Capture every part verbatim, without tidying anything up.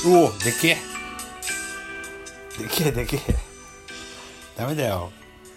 おお、でけえ。でけえでけえ。ダメだよ。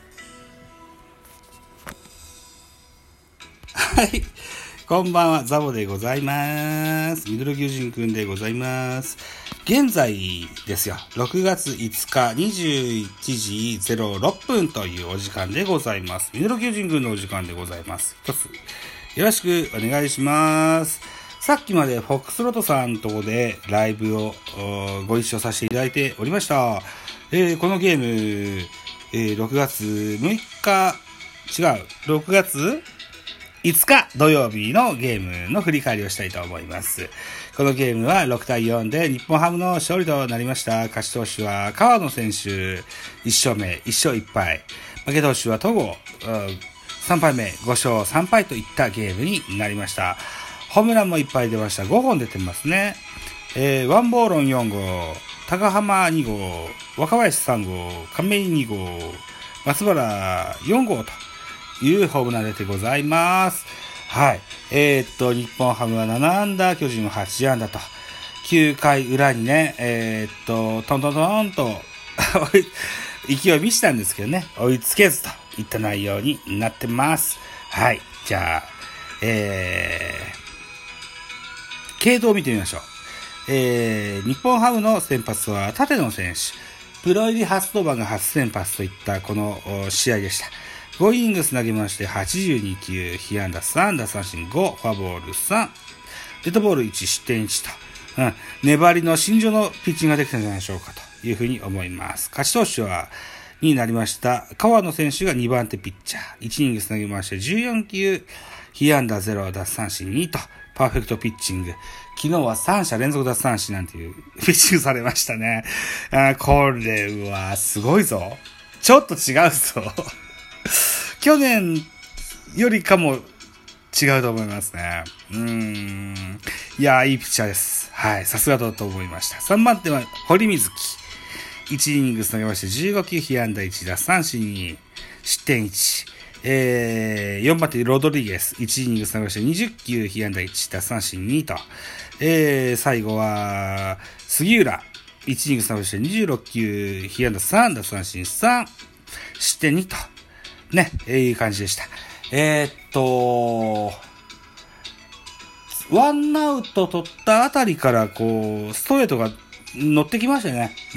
はい。こんばんは、ザボでございます。ミドル巨人くんでございます。現在ですよ、ろくがついつかにじゅういちじゼロろっぷんというお時間でございます。ミドル巨人くんのお時間でございます。一つよろしくお願いします。さっきまでフォックスロットさんとこでライブをご一緒させていただいておりました。えー、このゲーム、えー、ろくがつむいか、違う、ろくがついつか土曜日のゲームの振り返りをしたいと思います。このゲームはろくたいよんで日本ハムの勝利となりました。勝ち投手は川野選手いっ勝目、いっ勝いっ敗。負け投手は戸郷さん敗目、ご勝さん敗といったゲームになりました。ホームランもいっぱい出ました。ごほん出てますね。えー、ワンボーロンよんごう、高浜にごう、若林さんごう、亀井にごう、松原よんごうというホームラン出てございます。はい。えー、っと、日本ハムはななあんだ、巨人ははちあんだと。きゅうかい裏にね、えー、っと、トントントンと勢い見したんですけどね、追いつけずといった内容になってます。はい。じゃあ、えー、系統を見てみましょう。えー、日本ハムの先発は立野選手。プロ入り初登板が初先発といったこの試合でした。ごイニングス投げましてはちじゅうにきゅう、被安打さん、奪三振ご、フォアボールさん、デッドボールいち、失点いちと、うん、粘りの心情のピッチングができたんじゃないでしょうかというふうに思います。勝ち投手はになりました川野選手がにばん手ピッチャー、いちイニングス投げましてじゅうよんきゅう、被安打ゼロ、奪三振にと、パーフェクトピッチング。昨日はさんしゃ連続奪三振なんていうピッチングされましたね。あ、これはすごいぞ。ちょっと違うぞ。去年よりかも違うと思いますね。うーん。いやー、いいピッチャーです。はい。さすがだと思いました。さんばん手は堀水木。いちイニングス投げましてじゅうごきゅう、被安打いち、奪三振に、失点いち。えー、よんばん手ロドリゲス。いちイニングス投げましてにじゅっきゅう、被安打いち、奪三振にと。えー、最後は、杉浦。いちイニングス投げましてにじゅうろっきゅう、被安打さん、奪三振さん、失点にと。ね、えー、いう感じでした。えー、っと、ワンアウト取ったあたりから、こう、ストレートが乗ってきましたね。うん。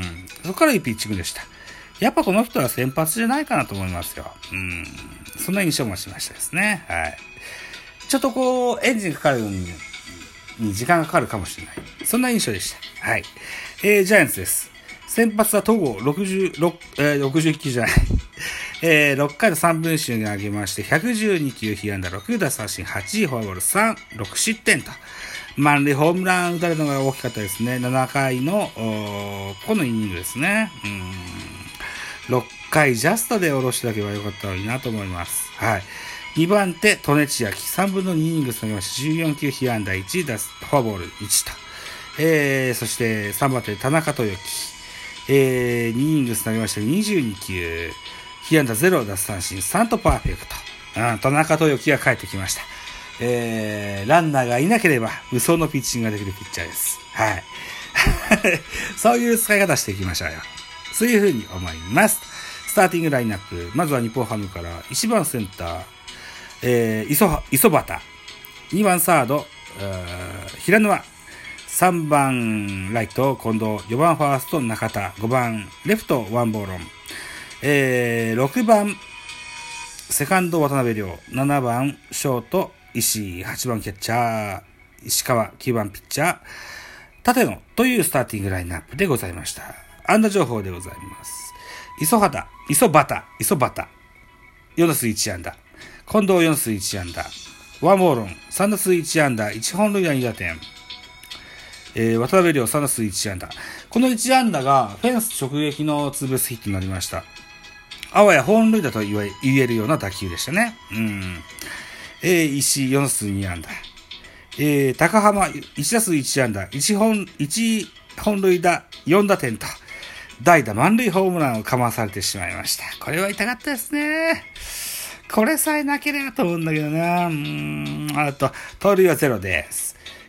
そこからいいピッチングでした。やっぱこの人は先発じゃないかなと思いますよ。うん。そんな印象もしましたですね。はい。ちょっとこう、エンジンかかるのに、に時間がかかるかもしれない。そんな印象でした。はい。えー、ジャイアンツです。先発は戸郷ろくじゅうろく、えー、ろくじゅういっきゅうじゃない。えー、ろっかいとさんぶんしゅうに投げまして、ひゃくじゅうにきゅう、被安打ろく、奪三振はち、フォアボールさん、ろく失点と。満塁ホームラン打たれたのが大きかったですね。ななかいの、このイニングですね。うん。ろっかいジャストで下ろしておけばよかったのになと思います。はい。にばん手、戸根千秋。さんぶんのにイニング投げまして、じゅうよんきゅう、被安打いち、フォアボールいちと。えー、そしてさんばん手、田中豊樹。えー、にイニング投げましてにじゅうにきゅう、被安打ゼロ、奪三振さんとパーフェクト。うん、田中豊樹が帰ってきました。えー、ランナーがいなければ無双のピッチングができるピッチャーです。はい。そういう使い方していきましょうよ。そういうふうに思います。スターティングラインナップ。まずは日本ハムからいちばんセンター、えー、磯、磯端。にばんサード、平沼。さんばんライト、近藤。よばんファースト、中田。ごばんレフト、ワンボーロン。えー、ろくばんセカンド、渡辺亮。ななばんショート、石井。はちばんキャッチャー、石川。きゅうばんピッチャー、立野というスターティングラインナップでございました。安打情報でございます。磯畑、磯端、磯端。よん打数いち安打。近藤よん打数いち安打。ワンボーロン、さん打数いち安打、いち本塁打に打点。えー、渡辺亮さん打数いち安打。このいち安打がフェンス直撃のツーベースヒットになりました。あわや本塁打と言えるような打球でしたね。うん。えー、石井よん打数に安打。えー、高浜いち打数いち安打。いち本、いち本塁打よん打点と、代打満塁ホームランをかまされてしまいました。これは痛かったですね。これさえなければと思うんだけどな。うーん、あと、盗塁はゼロです。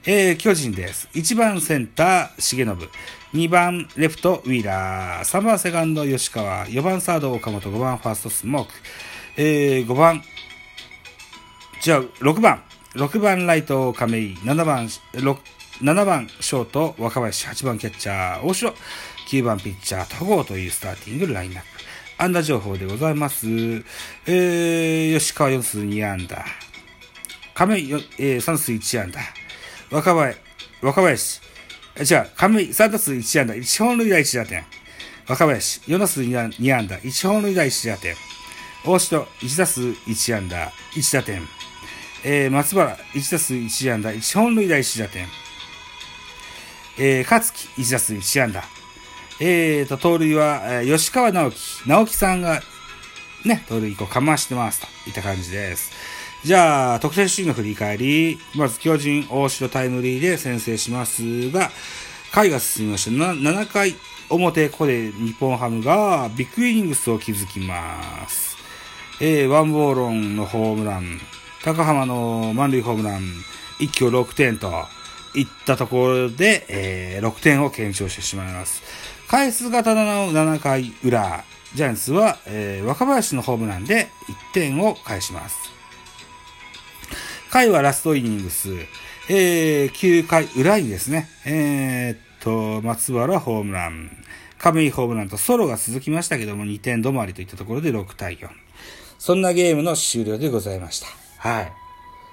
えー、巨人です。いちばんセンター、重信。にばんレフト、ウィーラー。さんばんセカンド、吉川。よばんサード、岡本。ごばんファースト、スモーク。えー、ごばん、じゃあ、ろくばん。ろくばんライト、亀井。ななばん、ななばんショート、若林。はちばんキャッチャー、大城。きゅうばんピッチャー、戸郷というスターティングラインナップ。安打情報でございます。えー、吉川よんすうにあんだ。亀井、えー、さんすういちあんだ。若林、若林、じゃあ、亀井さんだすういちあんだ。いちほんるいだいちだてん。若林、よんだすうにあんだ。いちほんるいだいちだてん。大城、いちだすういちあんだ。いちだてん。えー、松原、いちだすういちあんだ。いちほんるいだいちだてん。えー、勝木、いちだすういちあんだ。えーと、盗塁は、えー、吉川直樹、直樹さんが、ね、盗塁いっこかましてますといった感じです。じゃあ、得点シーンの振り返り。まず、巨人、大城タイムリーで先制しますが、回が進みまして、ななかい表、ここで日本ハムがビッグイニングスを築きます。えー、ワンボーロンのホームラン、高浜の満塁ホームラン、一挙ろくてんといったところで、えー、ろくてんを検証してしまいます。返す型のななかい裏、ジャイアンツは、えー、若林のホームランでいってんを返します。回はラストイニングス、えー、きゅうかい裏にですね、えー、っと、松原ホームラン、亀井ホームランとソロが続きましたけども、にてん止まりといったところでろくたいよん。そんなゲームの終了でございました。はい。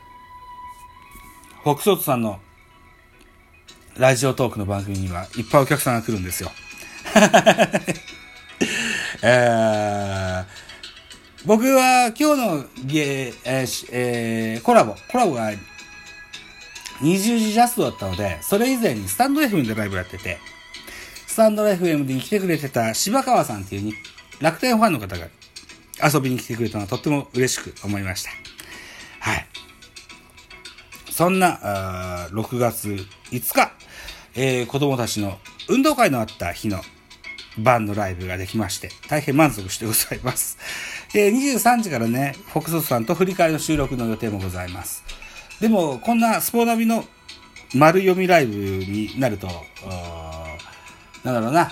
フォックソートさんのラジオトークの番組にはいっぱいお客さんが来るんですよ。えー、僕は今日のゲー、えーえー、コラボ、コラボがにじゅうじジャストだったので、それ以前にスタンド エフエム でライブやってて、スタンド エフエム に来てくれてた柴川さんっていう楽天ファンの方が遊びに来てくれたのはとっても嬉しく思いました。はい。そんな、ろくがついつか、えー、子供たちの運動会のあった日の晩のライブができまして、大変満足してございます。えー、にじゅうさんじからね、フォックソートさんと振り返りの収録の予定もございます。でも、こんなスポナビの丸読みライブになると、なんだろうな、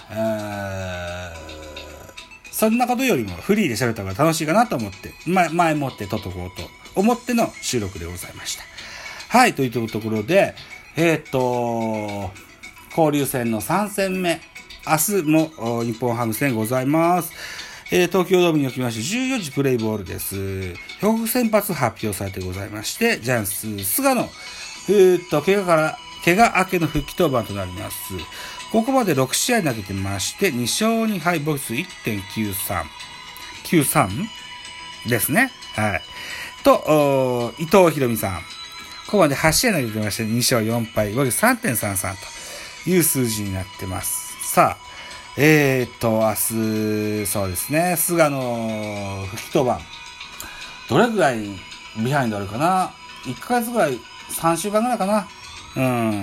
そんなことよりもフリーで喋った方が楽しいかなと思って、ま、前もって撮っとこうと思っての収録でございました。はい、というところで、えー、っと、交流戦のさん戦目、明日も日本ハム戦ございます。えー、東京ドームにおきましてじゅうよじプレイボールです。兵庫先発発表されてございまして、ジャイアンツ、菅野、えー、っと、怪我から、怪我明けの復帰登板となります。ここまでろくしあい投げてまして、にしょうにはい、ボイス いってんきゅうさん。きゅうさん ですね。はい。と、伊藤博美さん。ここまではちしあい投げてまして、にしょうよんはい、ボイス さんてんさんさん という数字になってます。さあ、えー、っと、明日、そうですね、菅野復帰登板。どれぐらいビハインドあるかな ?いっかげつぐらい、さんしゅうかんぐらいかなうん。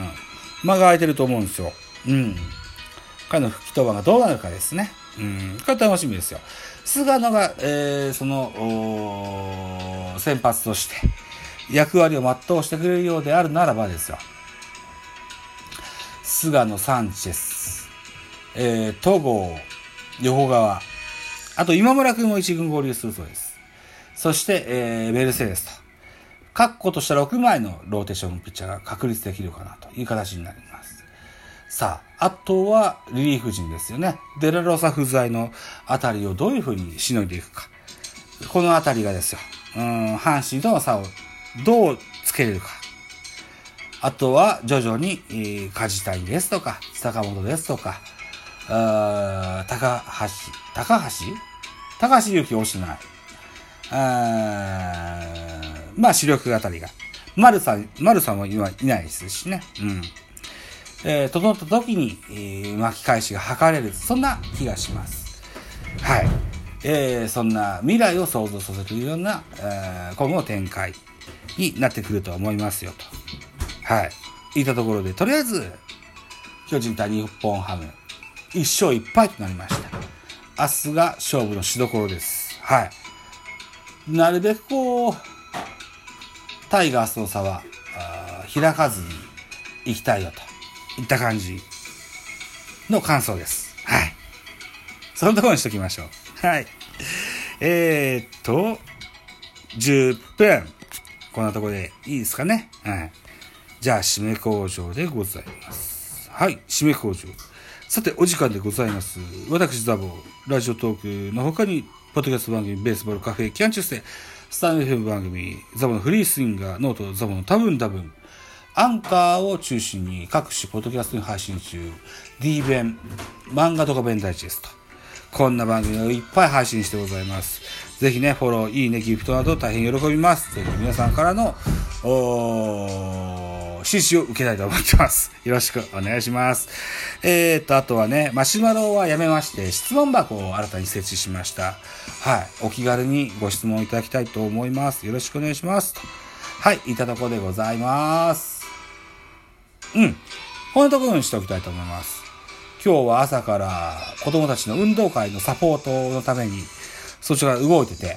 間が空いてると思うんですよ。うん。彼の復帰登板がどうなるかですね。うん。これ楽しみですよ。菅野が、えー、その、先発として役割を全うしてくれるようであるならばですよ。菅野、サンチェス、えー、戸郷、横川、あと今村君も一軍合流するそうです。そして、えー、メルセデスと、確固としたろくまいのローテーションピッチャーが確立できるかなという形になります。さあ、あとはリリーフ陣ですよね。デラロサ不在のあたりをどういうふうにしのいでいくか。このあたりがですよ。うん、阪神との差をどうつけれるか。あとは徐々に、えー、梶谷ですとか、坂本ですとか、あ高橋、高橋高橋祐希落ちてない。あまあ主力あたりが。丸さん、丸さんは今いないですしね。うん。えー、整った時に、えー、巻き返しが図れる。そんな気がします。はい。えー、そんな未来を想像させるような、えー、今後の展開になってくると思いますよと。はい。いったところで、とりあえず、巨人対日本ハム、一勝一敗となりました。明日が勝負のしどころです。はい。なるべくこう、タイガースの差は開かずに、 行きたいよといった感じの感想です。はい。そのところにしときましょう。はい。えー、っと、じゅっぷん。こんなところでいいですかね。はい。じゃあ、締め工場でございます。はい。締め工場。さて、お時間でございます。私、ザボ、ラジオトークの他に、ポッドキャスト番組、ベースボールカフェ、キャンチューステ、スタンド エフエム 番組、ザボのフリースインガー、ノート、ザボの多分多分、アンカーを中心に各種ポッドキャストに配信中、D 弁、漫画とか弁ダイジェスト。こんな番組をいっぱい配信してございます。ぜひね、フォロー、いいね、ギフトなど大変喜びます。ぜひ皆さんからの、おー、指示を受けたいと思ってます。よろしくお願いします。えーと、あとはね、マシュマロはやめまして、質問箱を新たに設置しました。はい。お気軽にご質問いただきたいと思います。よろしくお願いします。はい。いたところでございます。うん。こんなところにしておきたいと思います。今日は朝から子供たちの運動会のサポートのためにそちらが動いてて、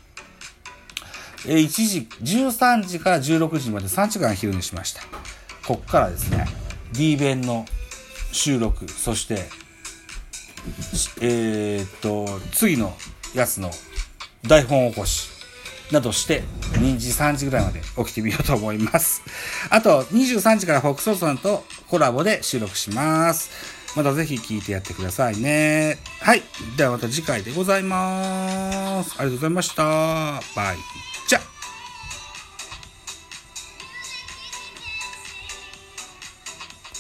いちじ、じゅうさんじからじゅうろくじまでさんじかん昼寝しました。こっからですね、D 弁の収録、そして、えー、っと、次のやつの台本起こしなどして、にじさんじぐらいまで起きてみようと思います。あと、にじゅうさんじからフォックストロットさんとコラボで収録します。またぜひ聞いてやってくださいね。はい。ではまた次回でございます。ありがとうございました。バイ。